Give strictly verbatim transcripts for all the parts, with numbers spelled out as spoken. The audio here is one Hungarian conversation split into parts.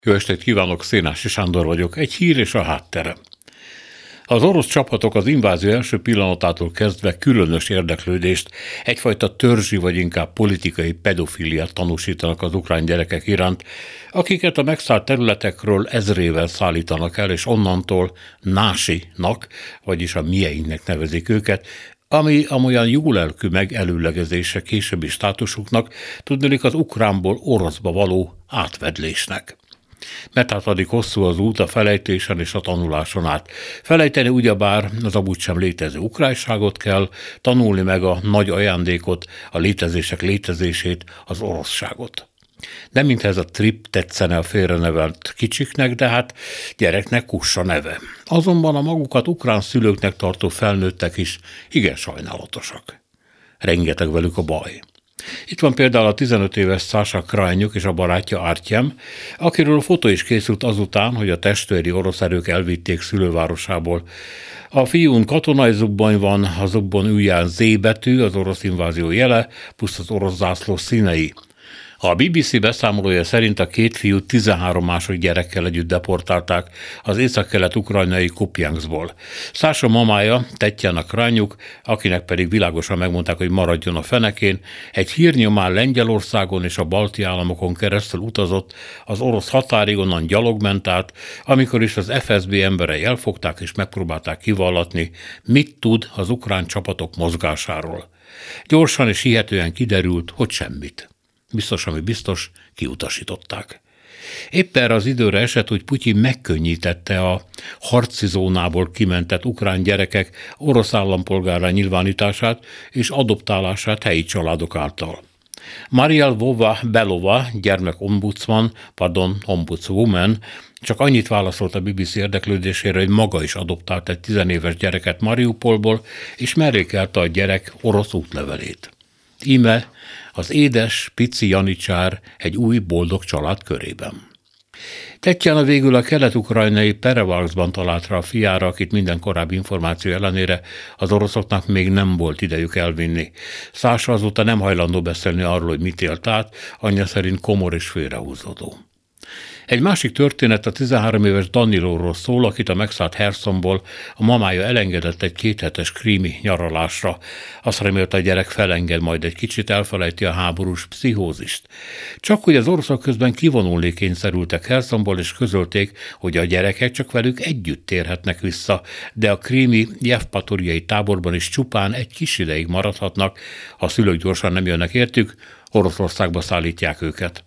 Jó estét kívánok, Szénási Sándor vagyok. Egy hír és a háttere. Az orosz csapatok az invázió első pillanatától kezdve különös érdeklődést, egyfajta törzsi vagy inkább politikai pedofiliát tanúsítanak az ukrán gyerekek iránt, akiket a megszállt területekről ezrével szállítanak el, és onnantól násinak, vagyis a mieinknek nevezik őket, ami amolyan jólelkű megelőlegezése későbbi státusuknak, tudniillik az ukránból oroszba való átvedlésnek. Mert hát addig hosszú az út a felejtésen és a tanuláson át. Felejteni ugyebár az amúgy sem létező ukránságot kell, tanulni meg a nagy ajándékot, a létezések létezését, az oroszságot. Nem mintha ez a trip tetszene a félrenevelt kicsiknek, de hát gyereknek kussa neve. Azonban a magukat ukrán szülőknek tartó felnőttek is igen sajnálatosak. Rengeteg velük a baj. Itt van például a tizenöt éves Sasha Krajnyuk és a barátja Artyem, akiről fotó is készült azután, hogy a testvéri orosz erők elvitték szülővárosából. A fiún katonai zubbony van, a zubbon ülján Z betű, az orosz invázió jele, plusz az orosz zászló színei. A bé bé cé beszámolója szerint a két fiút tizenhárom másik gyerekkel együtt deportálták az északkelet-ukrajnai Kupjanszból. Sasha mamája, Tetjana Krajnyuk, akinek pedig világosan megmondták, hogy maradjon a fenekén, egy hírnyomán Lengyelországon és a balti államokon keresztül utazott, az orosz határig onnan gyalog ment át, amikor is az ef es bé emberei elfogták és megpróbálták kivallatni, mit tud az ukrán csapatok mozgásáról. Gyorsan és hihetően kiderült, hogy semmit. Biztos, ami biztos, kiutasították. Épp erre az időre esett, hogy Putyin megkönnyítette a harci zónából kimentett ukrán gyerekek orosz állampolgárrá nyilvánítását és adoptálását helyi családok által. Maria Lvova Belova, gyermekombudsman, pardon, ombudswoman, csak annyit válaszolt a bé bé cé érdeklődésére, hogy maga is adoptált egy tizenéves gyereket Mariupolból, és mellékelte a gyerek orosz útlevelét. Íme az édes, pici janicsár egy új boldog család körében. Tetjana végül a kelet-ukrajnai Perevalszban talált rá a fiára, akit minden korábbi információ ellenére az oroszoknak még nem volt idejük elvinni. Sasha azóta nem hajlandó beszélni arról, hogy mit élt át, anyja szerint komor és félrehúzódó. Egy másik történet a tizenhárom éves Danilóról szól, akit a megszállt Hersonból a mamája elengedett egy kéthetes krími nyaralásra. Azt remélte, a gyerek felenged, majd egy kicsit elfelejti a háborús pszichózist. Csak hogy az oroszok közben kivonulni kényszerültek Hersonból, és közölték, hogy a gyerekek csak velük együtt térhetnek vissza, de a krími Jevpatoriai táborban is csupán egy kis ideig maradhatnak, ha a szülők gyorsan nem jönnek értük, Oroszországba szállítják őket.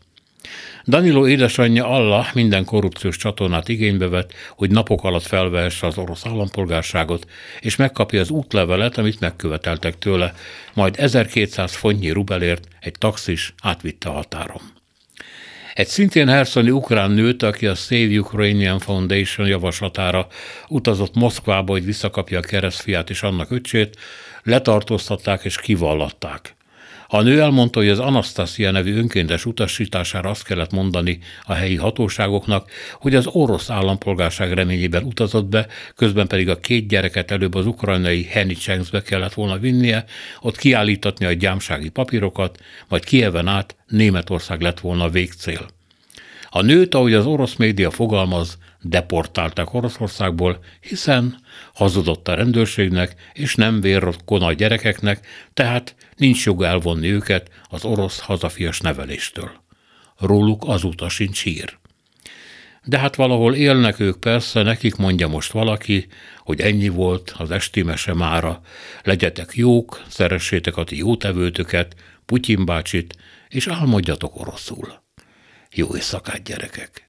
Danilo édesanyja Alla minden korrupciós csatornát igénybe vett, hogy napok alatt felvehesse az orosz állampolgárságot, és megkapja az útlevelet, amit megköveteltek tőle, majd ezerkétszáz fontnyi rubelért egy taxis átvitte a határon. Egy szintén herszoni ukrán nőt, aki a Save Ukrainian Foundation javaslatára utazott Moszkvába, hogy visszakapja a keresztfiát és annak öccsét, letartóztatták és kivallatták. A nő elmondta, hogy az Anastasia nevű önkéntes utasítására azt kellett mondani a helyi hatóságoknak, hogy az orosz állampolgárság reményében utazott be, közben pedig a két gyereket előbb az ukrajnai Henicsenszbe kellett volna vinnie, ott kiállítatni a gyámsági papírokat, majd Kijeven át Németország lett volna a végcél. A nőt, ahogy az orosz média fogalmaz, deportálták Oroszországból, hiszen hazudott a rendőrségnek, és nem vérrokon a gyerekeknek, tehát nincs joga elvonni őket az orosz hazafias neveléstől. Róluk azóta sincs hír. De hát valahol élnek ők persze, nekik mondja most valaki, hogy ennyi volt az esti mese mára. Legyetek jók, szeressétek a ti jótevőtöket, Putyin bácsit, és álmodjatok oroszul. Jó éjszakát, gyerekek!